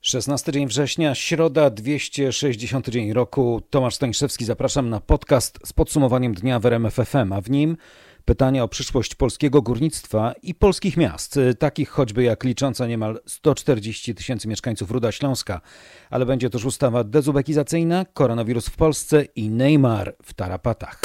16 dzień września, środa, 260 dzień roku. Tomasz Stańszewski, zapraszam na podcast z podsumowaniem dnia w RMF FM, a w nim pytania o przyszłość polskiego górnictwa i polskich miast, takich choćby jak licząca niemal 140 tysięcy mieszkańców Ruda Śląska. Ale będzie też ustawa dezubekizacyjna, koronawirus w Polsce i Neymar w tarapatach.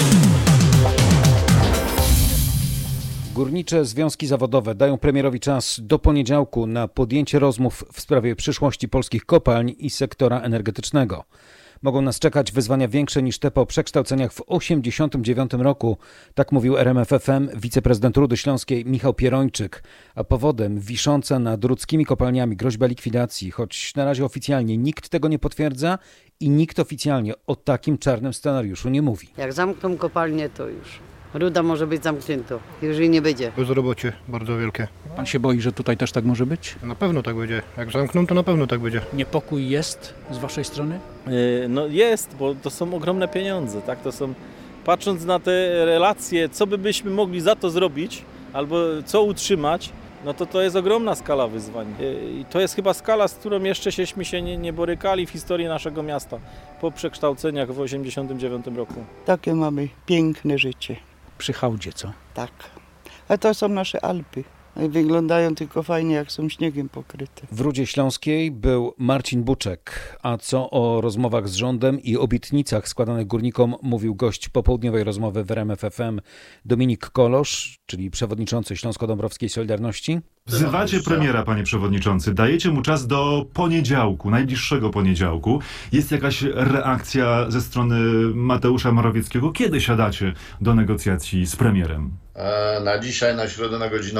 Górnicze związki zawodowe dają premierowi czas do poniedziałku na podjęcie rozmów w sprawie przyszłości polskich kopalń i sektora energetycznego. Mogą nas czekać wyzwania większe niż te po przekształceniach w 1989 roku, tak mówił RMF FM wiceprezydent Rudy Śląskiej Michał Pierończyk, a powodem wisząca nad rudzkimi kopalniami groźba likwidacji, choć na razie oficjalnie nikt tego nie potwierdza i nikt oficjalnie o takim czarnym scenariuszu nie mówi. Jak zamkną kopalnię, to już Ruda może być zamknięta, jeżeli nie będzie. Bezrobocie bardzo wielkie. Pan się boi, że tutaj też tak może być? Na pewno tak będzie. Jak zamkną, to na pewno tak będzie. Niepokój jest z waszej strony? No jest, bo to są ogromne pieniądze, tak? To są, patrząc na te relacje, co byśmy mogli za to zrobić, albo co utrzymać, no to jest ogromna skala wyzwań. I to jest chyba skala, z którą jeszcze się nie borykali w historii naszego miasta po przekształceniach w 1989 roku. Takie mamy piękne życie. Przy hałdzie, co? Tak. A to są nasze Alpy. Wyglądają tylko fajnie, jak są śniegiem pokryte. W Rudzie Śląskiej był Marcin Buczek. A co o rozmowach z rządem i obietnicach składanych górnikom mówił gość popołudniowej rozmowy w RMF FM Dominik Kolosz, czyli przewodniczący Śląsko-Dąbrowskiej Solidarności. Wzywacie premiera, panie przewodniczący, dajecie mu czas do poniedziałku, najbliższego poniedziałku. Jest jakaś reakcja ze strony Mateusza Morawieckiego? Kiedy siadacie do negocjacji z premierem? Na dzisiaj, na środę, na godzinę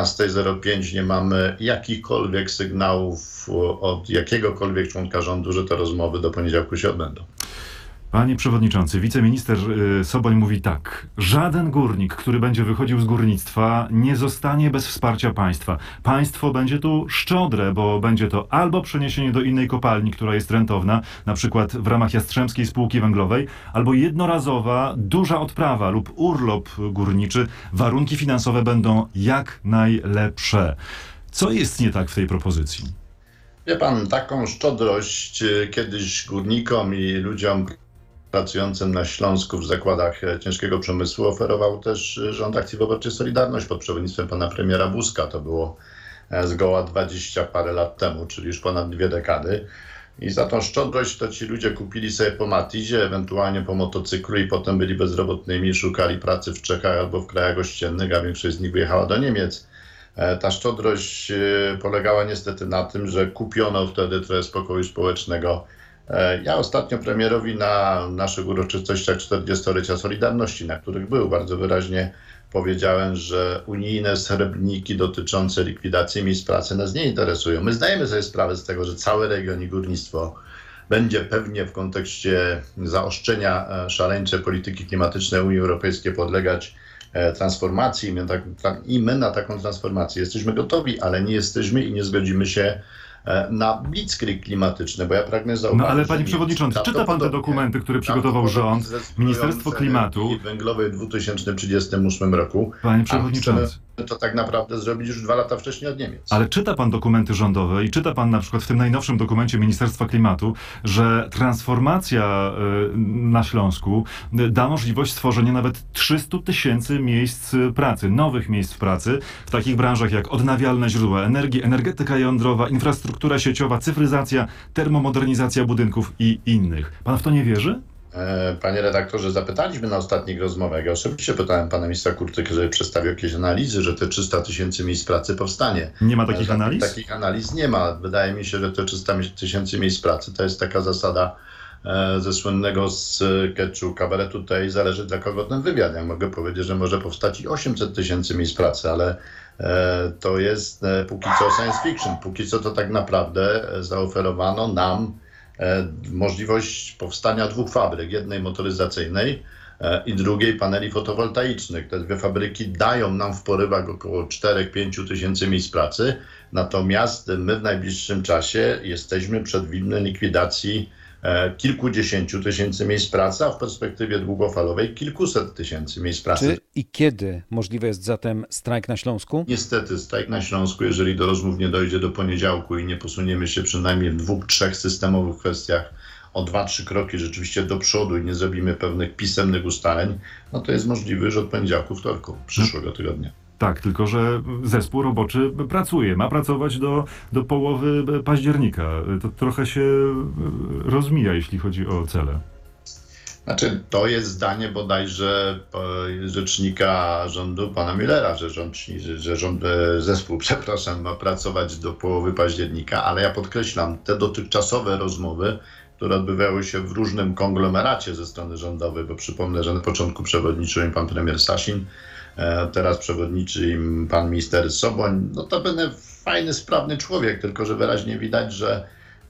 18:05 nie mamy jakichkolwiek sygnałów od jakiegokolwiek członka rządu, że te rozmowy do poniedziałku się odbędą. Panie przewodniczący, wiceminister Soboń mówi tak. Żaden górnik, który będzie wychodził z górnictwa, nie zostanie bez wsparcia państwa. Państwo będzie tu szczodre, bo będzie to albo przeniesienie do innej kopalni, która jest rentowna, na przykład w ramach Jastrzębskiej Spółki Węglowej, albo jednorazowa, duża odprawa lub urlop górniczy. Warunki finansowe będą jak najlepsze. Co jest nie tak w tej propozycji? Wie pan, taką szczodrość kiedyś górnikom i ludziom pracującym na Śląsku w zakładach ciężkiego przemysłu oferował też rząd Akcji Wyborczej Solidarność pod przewodnictwem pana premiera Buzka. To było zgoła 20 parę lat temu, czyli już ponad 2 dekady. I za tą szczodrość to ci ludzie kupili sobie po Matizie, ewentualnie po motocyklu i potem byli bezrobotnymi, szukali pracy w Czechach albo w krajach ościennych, a większość z nich wyjechała do Niemiec. Ta szczodrość polegała niestety na tym, że kupiono wtedy trochę spokoju społecznego. Ja ostatnio premierowi na naszych uroczystościach 40-lecia Solidarności, na których był, bardzo wyraźnie powiedziałem, że unijne srebrniki dotyczące likwidacji miejsc pracy nas nie interesują. My zdajemy sobie sprawę z tego, że cały region i górnictwo będzie pewnie w kontekście zaostrzenia szaleńczej polityki klimatycznej Unii Europejskiej podlegać transformacji i my na taką transformację jesteśmy gotowi, ale nie jesteśmy i nie zgodzimy się na blitzkrieg klimatyczny, bo ja pragnę zauważyć... No ale panie przewodniczący, czyta pan te dokumenty, które przygotował rząd, Ministerstwo Klimatu... węglowej w 2038 roku. Panie przewodniczący, to tak naprawdę zrobić już 2 lata wcześniej od Niemiec. ale czyta pan dokumenty rządowe i czyta pan na przykład w tym najnowszym dokumencie Ministerstwa Klimatu, że transformacja na Śląsku da możliwość stworzenia nawet 300 tysięcy miejsc pracy, nowych miejsc pracy w takich branżach jak odnawialne źródła energii, energetyka jądrowa, infrastruktura sieciowa, cyfryzacja, termomodernizacja budynków i innych. Pan w to nie wierzy? Panie redaktorze, zapytaliśmy na ostatnich rozmowach. Ja osobiście pytałem pana ministra Kurtykę, żeby przedstawił jakieś analizy, że te 300 tysięcy miejsc pracy powstanie. Nie ma takich analiz? Takich analiz nie ma. Wydaje mi się, że te 300 tysięcy miejsc pracy to jest taka zasada ze słynnego sketchu kabaretu Tej zależy dla kogo ten wywiad. Ja mogę powiedzieć, że może powstać i 800 tysięcy miejsc pracy, ale to jest póki co science fiction. Póki co to tak naprawdę zaoferowano nam możliwość powstania 2 fabryk, jednej motoryzacyjnej i drugiej paneli fotowoltaicznych. Te 2 fabryki dają nam w porywach około 4-5 tysięcy miejsc pracy, natomiast my w najbliższym czasie jesteśmy przed widmem likwidacji kilkudziesięciu tysięcy miejsc pracy, a w perspektywie długofalowej kilkuset tysięcy miejsc pracy. Czy i kiedy możliwy jest zatem strajk na Śląsku? Niestety strajk na Śląsku, jeżeli do rozmów nie dojdzie do poniedziałku i nie posuniemy się przynajmniej w 2-3 systemowych kwestiach o 2-3 kroki rzeczywiście do przodu i nie zrobimy pewnych pisemnych ustaleń, no to jest możliwe już od poniedziałku, wtorku przyszłego tygodnia. Tak, tylko że zespół roboczy pracuje, ma pracować do połowy października. To trochę się rozmija, jeśli chodzi o cele. Znaczy, to jest zdanie bodajże rzecznika rządu, pana Müllera, zespół ma pracować do połowy października, ale ja podkreślam, te dotychczasowe rozmowy, które odbywały się w różnym konglomeracie ze strony rządowej, bo przypomnę, że na początku przewodniczył im pan premier Sasin, teraz przewodniczy im pan minister Soboń. No to będzie fajny, sprawny człowiek, tylko że wyraźnie widać, że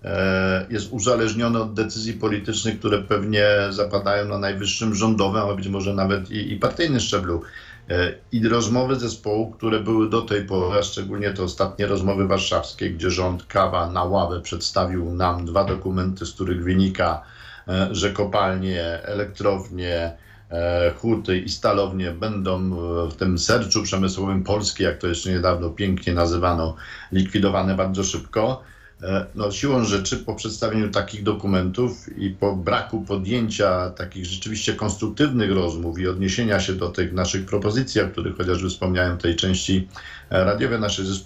jest uzależniony od decyzji politycznych, które pewnie zapadają na najwyższym rządowym, a być może nawet i partyjnym szczeblu. I rozmowy zespołu, które były do tej pory, a szczególnie te ostatnie rozmowy warszawskie, gdzie rząd kawa na ławę przedstawił nam 2 dokumenty, z których wynika, że kopalnie, elektrownie, huty i stalownie będą w tym sercu przemysłowym Polski, jak to jeszcze niedawno pięknie nazywano, likwidowane bardzo szybko. No, siłą rzeczy po przedstawieniu takich dokumentów i po braku podjęcia takich rzeczywiście konstruktywnych rozmów i odniesienia się do tych naszych propozycji, o których chociażby wspomniałem w tej części radiowej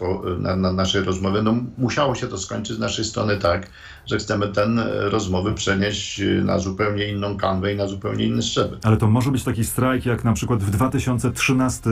naszej rozmowy, no musiało się to skończyć z naszej strony tak, że chcemy ten rozmowy przenieść na zupełnie inną kanwę i na zupełnie inny szczebel. Ale to może być taki strajk, jak na przykład w 2013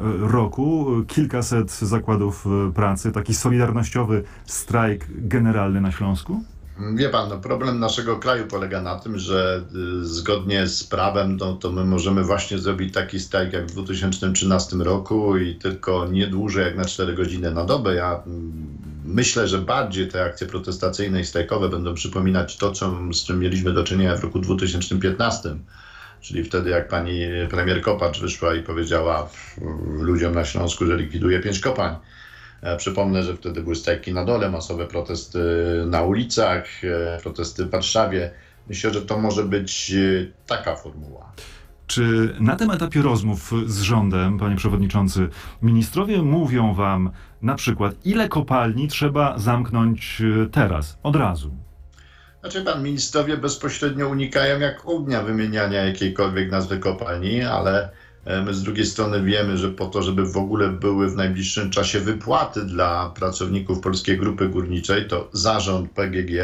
roku kilkaset zakładów pracy, taki solidarnościowy strajk generalny na Śląsku? Wie pan, no problem naszego kraju polega na tym, że zgodnie z prawem to my możemy właśnie zrobić taki strajk jak w 2013 roku i tylko nie dłużej jak na 4 godziny na dobę. Ja myślę, że bardziej te akcje protestacyjne i strajkowe będą przypominać to, z czym mieliśmy do czynienia w roku 2015. Czyli wtedy, jak pani premier Kopacz wyszła i powiedziała ludziom na Śląsku, że likwiduje 5 kopalń. Przypomnę, że wtedy były strajki na dole, masowe protesty na ulicach, protesty w Warszawie. Myślę, że to może być taka formuła. Czy na tym etapie rozmów z rządem, panie przewodniczący, ministrowie mówią wam na przykład, ile kopalni trzeba zamknąć teraz, od razu? Znaczy pan, ministrowie bezpośrednio unikają jak ognia wymieniania jakiejkolwiek nazwy kopalni, ale my z drugiej strony wiemy, że po to, żeby w ogóle były w najbliższym czasie wypłaty dla pracowników Polskiej Grupy Górniczej, to zarząd PGG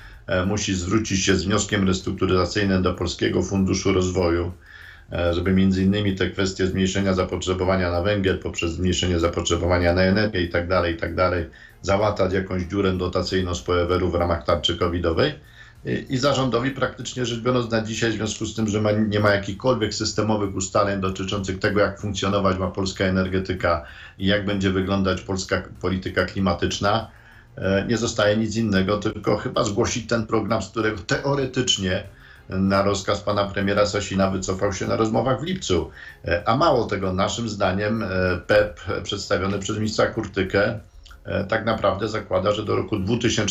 musi zwrócić się z wnioskiem restrukturyzacyjnym do Polskiego Funduszu Rozwoju, żeby między innymi te kwestie zmniejszenia zapotrzebowania na węgiel poprzez zmniejszenie zapotrzebowania na energię i tak dalej, załatać jakąś dziurę dotacyjną z POEWR-u w ramach tarczy covidowej. I zarządowi praktycznie rzecz biorąc na dzisiaj, w związku z tym, że nie ma jakichkolwiek systemowych ustaleń dotyczących tego, jak funkcjonować ma polska energetyka i jak będzie wyglądać polska polityka klimatyczna, nie zostaje nic innego, tylko chyba zgłosić ten program, z którego teoretycznie na rozkaz pana premiera Sasina wycofał się na rozmowach w lipcu. A mało tego, naszym zdaniem PEP przedstawiony przez ministra Kurtykę tak naprawdę zakłada, że do roku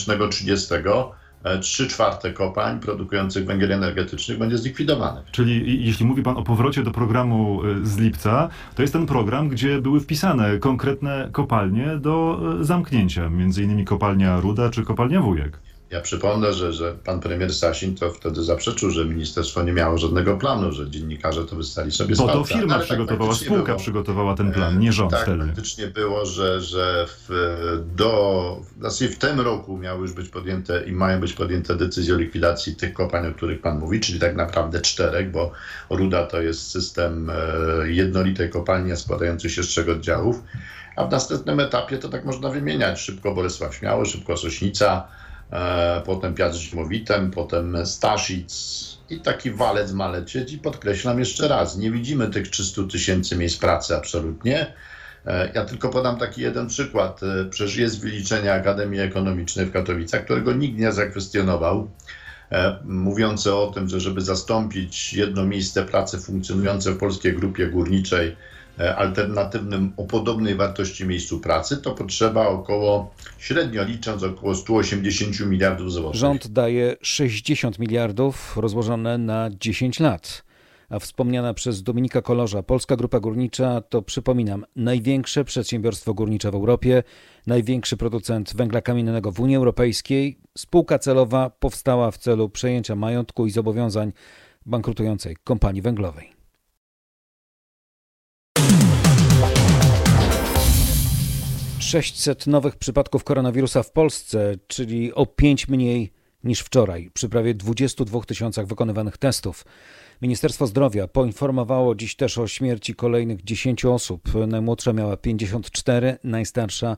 2030 3/4 kopalń produkujących węgiel energetyczny będzie zlikwidowanych. Czyli jeśli mówi pan o powrocie do programu z lipca, to jest ten program, gdzie były wpisane konkretne kopalnie do zamknięcia, między innymi kopalnia Ruda czy kopalnia Wujek. Ja przypomnę, że pan premier Sasin to wtedy zaprzeczył, że ministerstwo nie miało żadnego planu, że dziennikarze to wystali sobie z Bo palca. to firma przygotowała, spółka przygotowała ten plan, nie rząd wtedy. Tak, faktycznie było, że w tym roku miały już być podjęte i mają być podjęte decyzje o likwidacji tych kopalń, o których pan mówi, czyli tak naprawdę 4, bo Ruda to jest system jednolitej kopalni składający się z 3 oddziałów, a w następnym etapie to tak można wymieniać szybko Bolesław Śmiały, szybko Sośnica, potem Piast z Zimowitem, potem Staszic i taki walec ma lecieć. I podkreślam jeszcze raz, nie widzimy tych 300 000 miejsc pracy absolutnie. Ja tylko podam taki jeden przykład. Przecież jest wyliczenie Akademii Ekonomicznej w Katowicach, którego nikt nie zakwestionował, mówiące o tym, że żeby zastąpić jedno miejsce pracy funkcjonujące w Polskiej Grupie Górniczej alternatywnym o podobnej wartości miejscu pracy, to potrzeba średnio licząc, około 180 miliardów złotych. Rząd daje 60 miliardów rozłożone na 10 lat. A wspomniana przez Dominika Kolorza Polska Grupa Górnicza to, przypominam, największe przedsiębiorstwo górnicze w Europie, największy producent węgla kamiennego w Unii Europejskiej. Spółka celowa powstała w celu przejęcia majątku i zobowiązań bankrutującej kompanii węglowej. – 600 nowych przypadków koronawirusa w Polsce, czyli o 5 mniej niż wczoraj, przy prawie 22 000 wykonywanych testów. Ministerstwo Zdrowia poinformowało dziś też o śmierci kolejnych 10 osób. Najmłodsza miała 54, najstarsza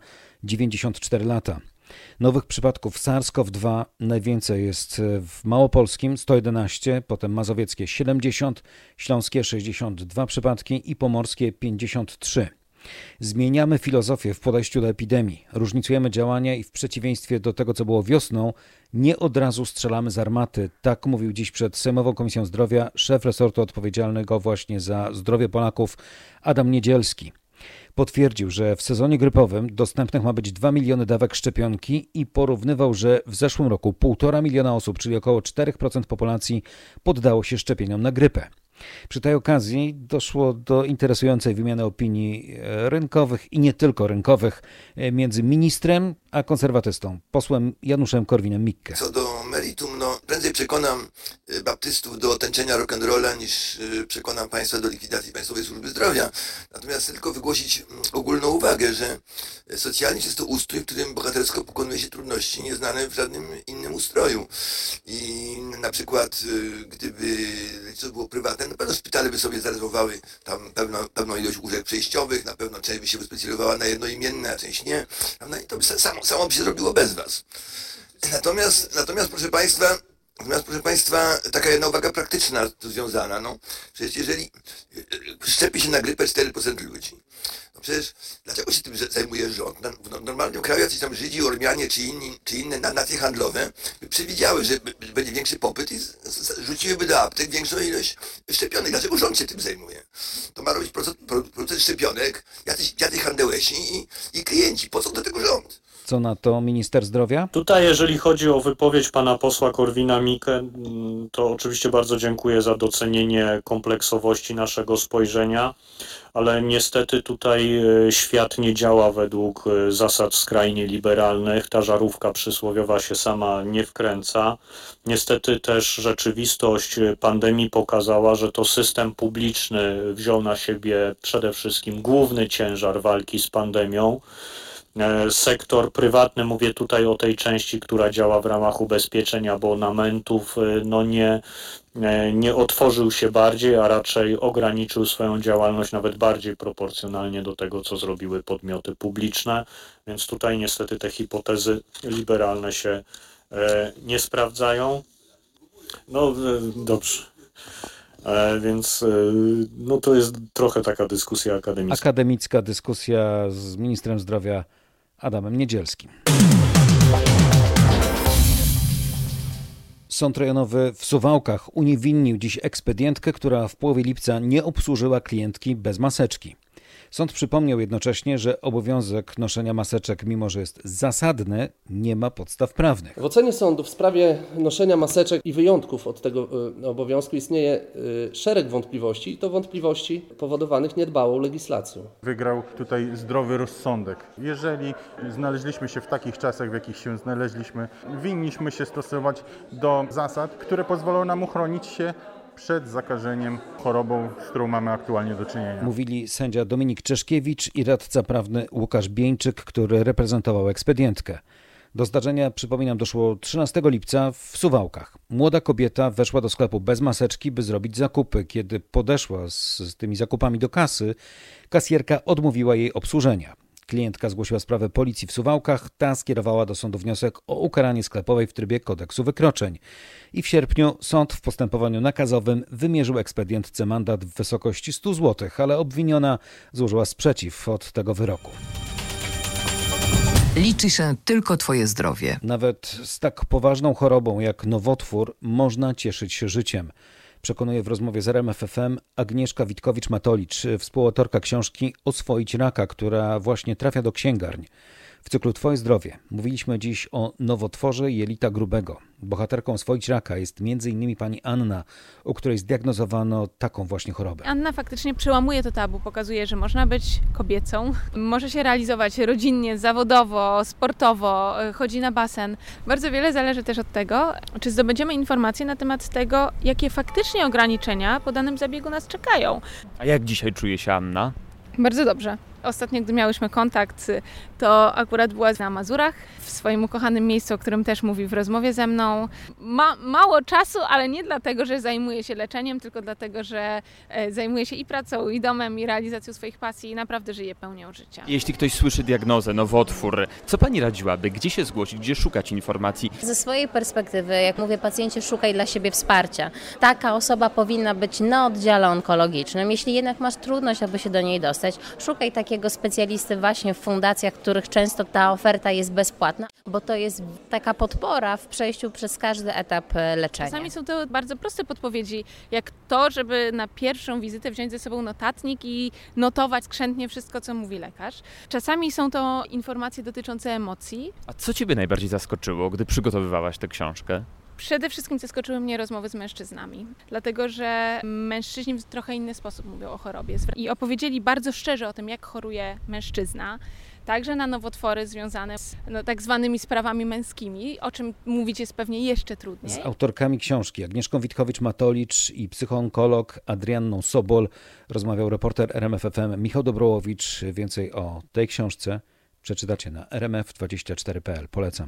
94 lata. Nowych przypadków SARS-CoV-2 najwięcej jest w Małopolskim 111, potem mazowieckie 70, śląskie 62 przypadki i pomorskie 53. Zmieniamy filozofię w podejściu do epidemii. Różnicujemy działania i w przeciwieństwie do tego, co było wiosną, nie od razu strzelamy z armaty. Tak mówił dziś przed Sejmową Komisją Zdrowia szef resortu odpowiedzialnego właśnie za zdrowie Polaków Adam Niedzielski. Potwierdził, że w sezonie grypowym dostępnych ma być 2 miliony dawek szczepionki i porównywał, że w zeszłym roku 1,5 miliona osób, czyli około 4% populacji, poddało się szczepieniom na grypę. Przy tej okazji doszło do interesującej wymiany opinii rynkowych i nie tylko rynkowych między ministrem a konserwatystą, posłem Januszem Korwinem-Mikke. Co do meritum, prędzej przekonam baptystów do tęczenia rock'n'rolla niż przekonam państwa do likwidacji Państwowej Służby Zdrowia. Natomiast chcę tylko wygłosić ogólną uwagę, że socjalizm jest to ustrój, w którym bohatersko pokonuje się trudności nieznane w żadnym innym ustroju. I na przykład gdyby co było prywatne, na pewno szpitale by sobie zarezerwowały tam pewną ilość łóżek przejściowych, na pewno część by się wyspecjalizowała na jednoimienne, a część nie. I to by samo by się zrobiło bez was. Natomiast proszę Państwa, taka jedna uwaga praktyczna tu związana. Przecież jeżeli szczepi się na grypę 4% ludzi, przecież dlaczego się tym zajmuje rząd? W normalnym kraju jacyś tam Żydzi, Ormianie czy inne nacje handlowe by przewidziały, że będzie większy popyt i rzuciłyby do aptek większą ilość szczepionek. Dlaczego rząd się tym zajmuje? To ma robić producent szczepionek, jacyś handleusi i klienci. Po co do tego rząd? Co na to minister zdrowia? Tutaj jeżeli chodzi o wypowiedź pana posła Korwina-Mikke, to oczywiście bardzo dziękuję za docenienie kompleksowości naszego spojrzenia, ale niestety tutaj świat nie działa według zasad skrajnie liberalnych. Ta żarówka przysłowiowa się sama nie wkręca. Niestety też rzeczywistość pandemii pokazała, że to system publiczny wziął na siebie przede wszystkim główny ciężar walki z pandemią. Sektor prywatny, mówię tutaj o tej części, która działa w ramach ubezpieczeń abonamentów, nie otworzył się bardziej, a raczej ograniczył swoją działalność nawet bardziej proporcjonalnie do tego, co zrobiły podmioty publiczne, więc tutaj niestety te hipotezy liberalne się nie sprawdzają. Dobrze. Więc to jest trochę taka dyskusja akademicka. Akademicka dyskusja z ministrem zdrowia Adamem Niedzielskim. Sąd rejonowy w Suwałkach uniewinnił dziś ekspedientkę, która w połowie lipca nie obsłużyła klientki bez maseczki. Sąd przypomniał jednocześnie, że obowiązek noszenia maseczek, mimo że jest zasadny, nie ma podstaw prawnych. W ocenie sądu w sprawie noszenia maseczek i wyjątków od tego obowiązku istnieje szereg wątpliwości i to wątpliwości powodowanych niedbałą legislacją. Wygrał tutaj zdrowy rozsądek. Jeżeli znaleźliśmy się w takich czasach, w jakich się znaleźliśmy, winniśmy się stosować do zasad, które pozwolą nam uchronić się przed zakażeniem chorobą, z którą mamy aktualnie do czynienia. Mówili sędzia Dominik Czeszkiewicz i radca prawny Łukasz Bieńczyk, który reprezentował ekspedientkę. Do zdarzenia, przypominam, doszło 13 lipca w Suwałkach. Młoda kobieta weszła do sklepu bez maseczki, by zrobić zakupy. Kiedy podeszła z tymi zakupami do kasy, kasjerka odmówiła jej obsłużenia. Klientka zgłosiła sprawę policji w Suwałkach, ta skierowała do sądu wniosek o ukaranie sklepowej w trybie kodeksu wykroczeń. I w sierpniu sąd w postępowaniu nakazowym wymierzył ekspedientce mandat w wysokości 100 zł, ale obwiniona złożyła sprzeciw od tego wyroku. Liczy się tylko Twoje zdrowie. Nawet z tak poważną chorobą jak nowotwór można cieszyć się życiem. Przekonuje w rozmowie z RMF FM Agnieszka Witkowicz-Matolicz, współautorka książki Oswoić raka, która właśnie trafia do księgarni. W cyklu Twoje zdrowie mówiliśmy dziś o nowotworze jelita grubego. Bohaterką Oswoić raka jest m.in. pani Anna, u której zdiagnozowano taką właśnie chorobę. Anna faktycznie przełamuje to tabu, pokazuje, że można być kobiecą, może się realizować rodzinnie, zawodowo, sportowo, chodzi na basen. Bardzo wiele zależy też od tego, czy zdobędziemy informacje na temat tego, jakie faktycznie ograniczenia po danym zabiegu nas czekają. A jak dzisiaj czuje się Anna? Bardzo dobrze. Ostatnio, gdy miałyśmy kontakt, to akurat była na Mazurach, w swoim ukochanym miejscu, o którym też mówi w rozmowie ze mną. Ma mało czasu, ale nie dlatego, że zajmuje się leczeniem, tylko dlatego, że zajmuje się i pracą, i domem, i realizacją swoich pasji i naprawdę żyje pełnią życia. Jeśli ktoś słyszy diagnozę, nowotwór, co pani radziłaby? Gdzie się zgłosić? Gdzie szukać informacji? Ze swojej perspektywy, jak mówię pacjencie, szukaj dla siebie wsparcia. Taka osoba powinna być na oddziale onkologicznym. Jeśli jednak masz trudność, aby się do niej dostać, szukaj takiego specjalisty właśnie w fundacjach, w których często ta oferta jest bezpłatna, bo to jest taka podpora w przejściu przez każdy etap leczenia. Czasami są to bardzo proste podpowiedzi, jak to, żeby na pierwszą wizytę wziąć ze sobą notatnik i notować skrzętnie wszystko, co mówi lekarz. Czasami są to informacje dotyczące emocji. A co ciebie najbardziej zaskoczyło, gdy przygotowywałaś tę książkę? Przede wszystkim zaskoczyły mnie rozmowy z mężczyznami, dlatego że mężczyźni w trochę inny sposób mówią o chorobie i opowiedzieli bardzo szczerze o tym, jak choruje mężczyzna, także na nowotwory związane z tak zwanymi sprawami męskimi, o czym mówić jest pewnie jeszcze trudniej. Z autorkami książki Agnieszką Witkowicz-Matolicz i psychoonkolog Adrianną Sobol rozmawiał reporter RMF FM Michał Dobrołowicz. Więcej o tej książce przeczytacie na rmf24.pl. Polecam.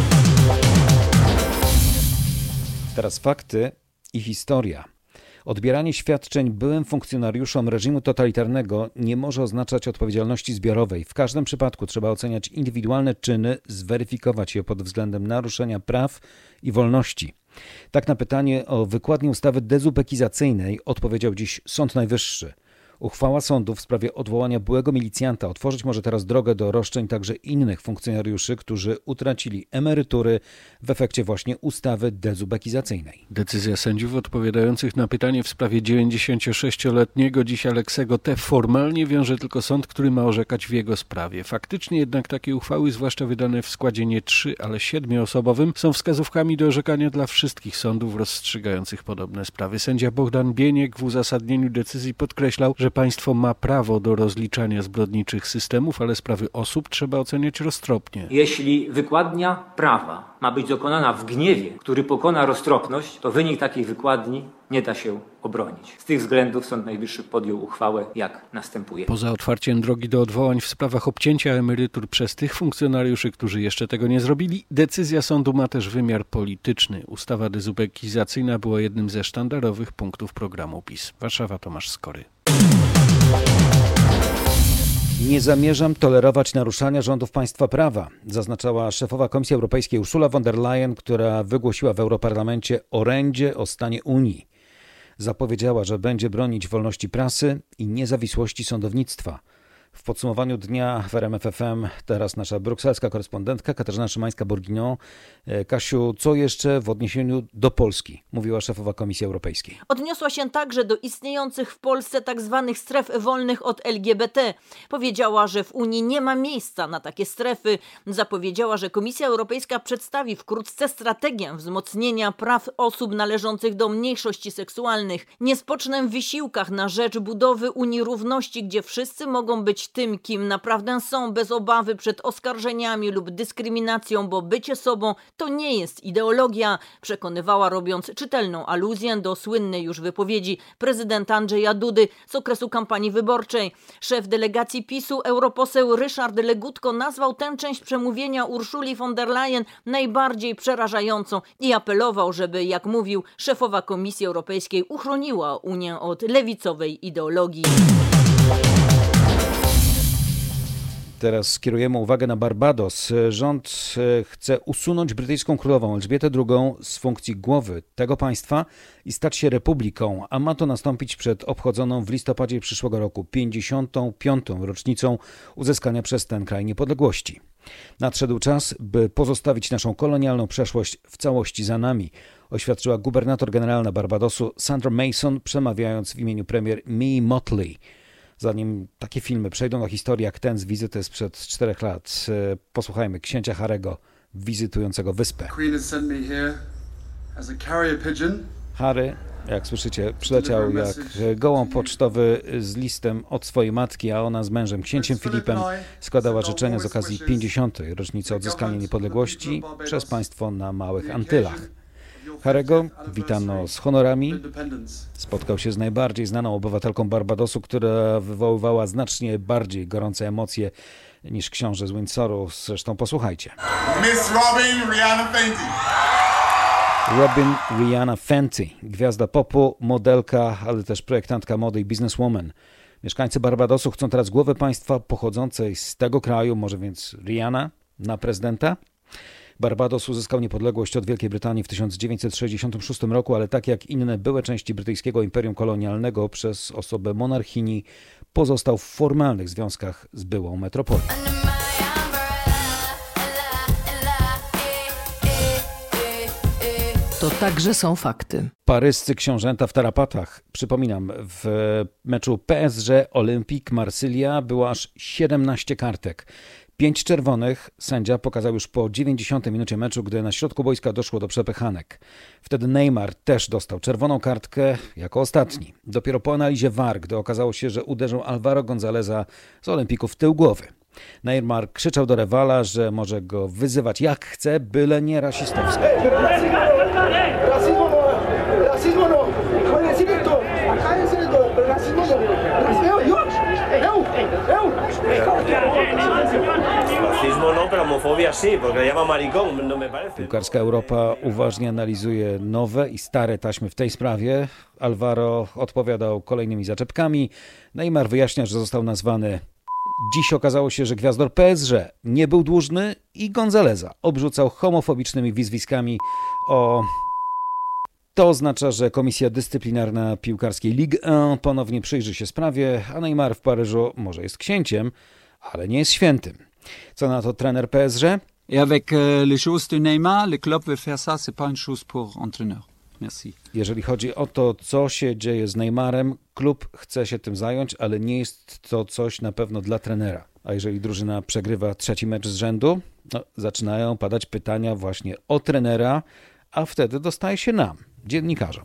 Teraz fakty i historia. Odbieranie świadczeń byłym funkcjonariuszom reżimu totalitarnego nie może oznaczać odpowiedzialności zbiorowej. W każdym przypadku trzeba oceniać indywidualne czyny, zweryfikować je pod względem naruszenia praw i wolności. Tak na pytanie o wykładnię ustawy dezubekizacyjnej odpowiedział dziś Sąd Najwyższy. Uchwała sądu w sprawie odwołania byłego milicjanta otworzyć może teraz drogę do roszczeń także innych funkcjonariuszy, którzy utracili emerytury w efekcie właśnie ustawy dezubekizacyjnej. Decyzja sędziów odpowiadających na pytanie w sprawie 96-letniego dziś Aleksego T. formalnie wiąże tylko sąd, który ma orzekać w jego sprawie. Faktycznie jednak takie uchwały, zwłaszcza wydane w składzie nie 3, ale 7-osobowym, są wskazówkami do orzekania dla wszystkich sądów rozstrzygających podobne sprawy. Sędzia Bogdan Bieniek w uzasadnieniu decyzji podkreślał, że państwo ma prawo do rozliczania zbrodniczych systemów, ale sprawy osób trzeba oceniać roztropnie. Jeśli wykładnia prawa ma być dokonana w gniewie, który pokona roztropność, to wynik takiej wykładni nie da się obronić. Z tych względów Sąd Najwyższy podjął uchwałę jak następuje. Poza otwarciem drogi do odwołań w sprawach obcięcia emerytur przez tych funkcjonariuszy, którzy jeszcze tego nie zrobili, decyzja sądu ma też wymiar polityczny. Ustawa dezubekizacyjna była jednym ze sztandarowych punktów programu PiS. Warszawa, Tomasz Skory. Nie zamierzam tolerować naruszania rządów państwa prawa, zaznaczała szefowa Komisji Europejskiej Ursula von der Leyen, która wygłosiła w Europarlamencie orędzie o stanie Unii. Zapowiedziała, że będzie bronić wolności prasy i niezawisłości sądownictwa. W podsumowaniu dnia w RMF FM teraz nasza brukselska korespondentka Katarzyna Szymańska-Bourguignon. Kasiu, co jeszcze w odniesieniu do Polski mówiła szefowa Komisji Europejskiej? Odniosła się także do istniejących w Polsce tzw. stref wolnych od LGBT. Powiedziała, że w Unii nie ma miejsca na takie strefy. Zapowiedziała, że Komisja Europejska przedstawi wkrótce strategię wzmocnienia praw osób należących do mniejszości seksualnych. Nie spocznę w wysiłkach na rzecz budowy Unii Równości, gdzie wszyscy mogą być tym, kim naprawdę są, bez obawy przed oskarżeniami lub dyskryminacją, bo bycie sobą to nie jest ideologia, przekonywała, robiąc czytelną aluzję do słynnej już wypowiedzi prezydenta Andrzeja Dudy z okresu kampanii wyborczej. Szef delegacji PiS-u, europoseł Ryszard Legutko nazwał tę część przemówienia Ursuli von der Leyen najbardziej przerażającą i apelował, żeby, jak mówił, szefowa Komisji Europejskiej uchroniła Unię od lewicowej ideologii. Teraz skierujemy uwagę na Barbados. Rząd chce usunąć brytyjską królową Elżbietę II z funkcji głowy tego państwa i stać się republiką, a ma to nastąpić przed obchodzoną w listopadzie przyszłego roku 55. rocznicą uzyskania przez ten kraj niepodległości. Nadszedł czas, by pozostawić naszą kolonialną przeszłość w całości za nami, oświadczyła gubernator generalna Barbadosu Sandra Mason, przemawiając w imieniu premier Mii Mottley. Zanim takie filmy przejdą do historii jak ten z wizyty sprzed 4 lat, posłuchajmy księcia Harry'ego wizytującego wyspę. Harry, jak słyszycie, przyleciał jak gołąb pocztowy z listem od swojej matki, a ona z mężem, księciem Filipem, składała życzenia z okazji 50. rocznicy odzyskania niepodległości przez państwo na Małych Antylach. Harry'ego witano z honorami, spotkał się z najbardziej znaną obywatelką Barbadosu, która wywoływała znacznie bardziej gorące emocje niż książę z Windsoru. Zresztą posłuchajcie. Miss Robin Rihanna Fenty. Robin Rihanna Fenty, gwiazda popu, modelka, ale też projektantka mody i bizneswoman. Mieszkańcy Barbadosu chcą teraz głowy państwa pochodzącej z tego kraju, może więc Rihanna na prezydenta? Barbados uzyskał niepodległość od Wielkiej Brytanii w 1966 roku, ale tak jak inne byłe części brytyjskiego imperium kolonialnego, przez osobę monarchini pozostał w formalnych związkach z byłą metropolią. To także są fakty. Paryscy książęta w tarapatach. Przypominam, w meczu PSG Olympique Marsylia było aż 17 kartek. 5 czerwonych sędzia pokazał już po 90 minucie meczu, gdy na środku boiska doszło do przepychanek. Wtedy Neymar też dostał czerwoną kartkę jako ostatni. Dopiero po analizie VAR, gdy okazało się, że uderzył Álvaro Gonzáleza z Olympiku w tył głowy. Neymar krzyczał do rywala, że może go wyzywać jak chce, byle nie rasistowsko. Piłkarska Europa uważnie analizuje nowe i stare taśmy w tej sprawie. Álvaro odpowiadał kolejnymi zaczepkami. Neymar wyjaśnia, że został nazwany. Dziś okazało się, że gwiazdor PSG nie był dłużny i Gonzáleza obrzucał homofobicznymi wizwiskami o... To oznacza, że Komisja Dyscyplinarna Piłkarskiej Ligue 1 ponownie przyjrzy się sprawie, a Neymar w Paryżu może jest księciem, ale nie jest świętym. Co na to trener PSG? Et avec les choses de Neymar, le club veut faire ça, c'est pas une chose pour entraîneur. Merci. Jeżeli chodzi o to, co się dzieje z Neymarem, klub chce się tym zająć, ale nie jest to coś na pewno dla trenera. A jeżeli drużyna przegrywa 3. mecz z rzędu, zaczynają padać pytania właśnie o trenera, a wtedy dostaje się nam, dziennikarzom.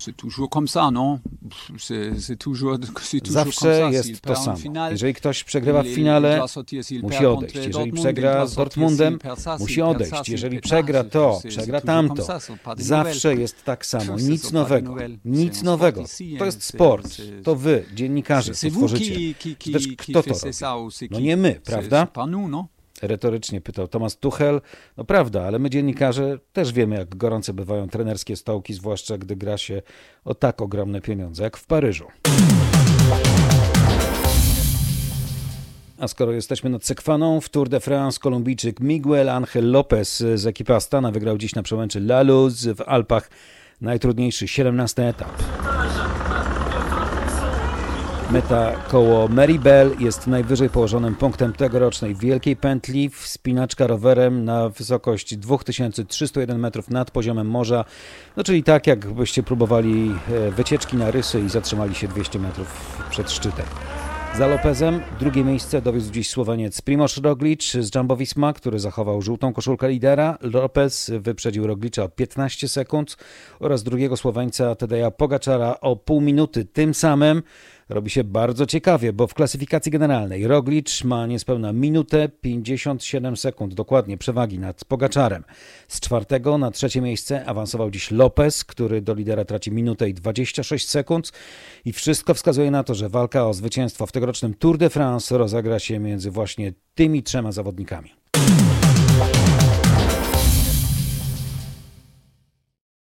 Zawsze jest to samo. Jeżeli ktoś przegrywa w finale, musi odejść. Jeżeli przegra z Dortmundem, musi odejść. Jeżeli przegra to, przegra tamto. Zawsze jest tak samo. Nic nowego. Nic nowego. To jest sport. To wy, dziennikarze, to tworzycie. Czy też kto to robi? No nie my, prawda? Retorycznie pytał Thomas Tuchel. No prawda, ale my dziennikarze też wiemy, jak gorące bywają trenerskie stołki, zwłaszcza gdy gra się o tak ogromne pieniądze, jak w Paryżu. A skoro jesteśmy nad Sekwaną, w Tour de France Kolumbijczyk Miguel Ángel López z ekipy Astana wygrał dziś na przełęczy La Luz w Alpach najtrudniejszy 17. etap. Meta koło Meribel jest najwyżej położonym punktem tegorocznej wielkiej pętli. Wspinaczka rowerem na wysokość 2301 metrów nad poziomem morza. No czyli tak, jakbyście próbowali wycieczki na Rysy i zatrzymali się 200 metrów przed szczytem. Za Lopezem drugie miejsce dowiózł dziś Słoweniec Primož Roglič z Jumbo Visma, który zachował żółtą koszulkę lidera. Lopez wyprzedził Roglicza o 15 sekund oraz drugiego Słoweńca Tadeja Pogačara o pół minuty. Tym samym robi się bardzo ciekawie, bo w klasyfikacji generalnej Roglič ma niespełna minutę 57 sekund dokładnie przewagi nad Pogačarem. Z 4. na 3. miejsce awansował dziś Lopez, który do lidera traci minutę i 26 sekund i wszystko wskazuje na to, że walka o zwycięstwo w tegorocznym Tour de France rozegra się między właśnie tymi 3 zawodnikami.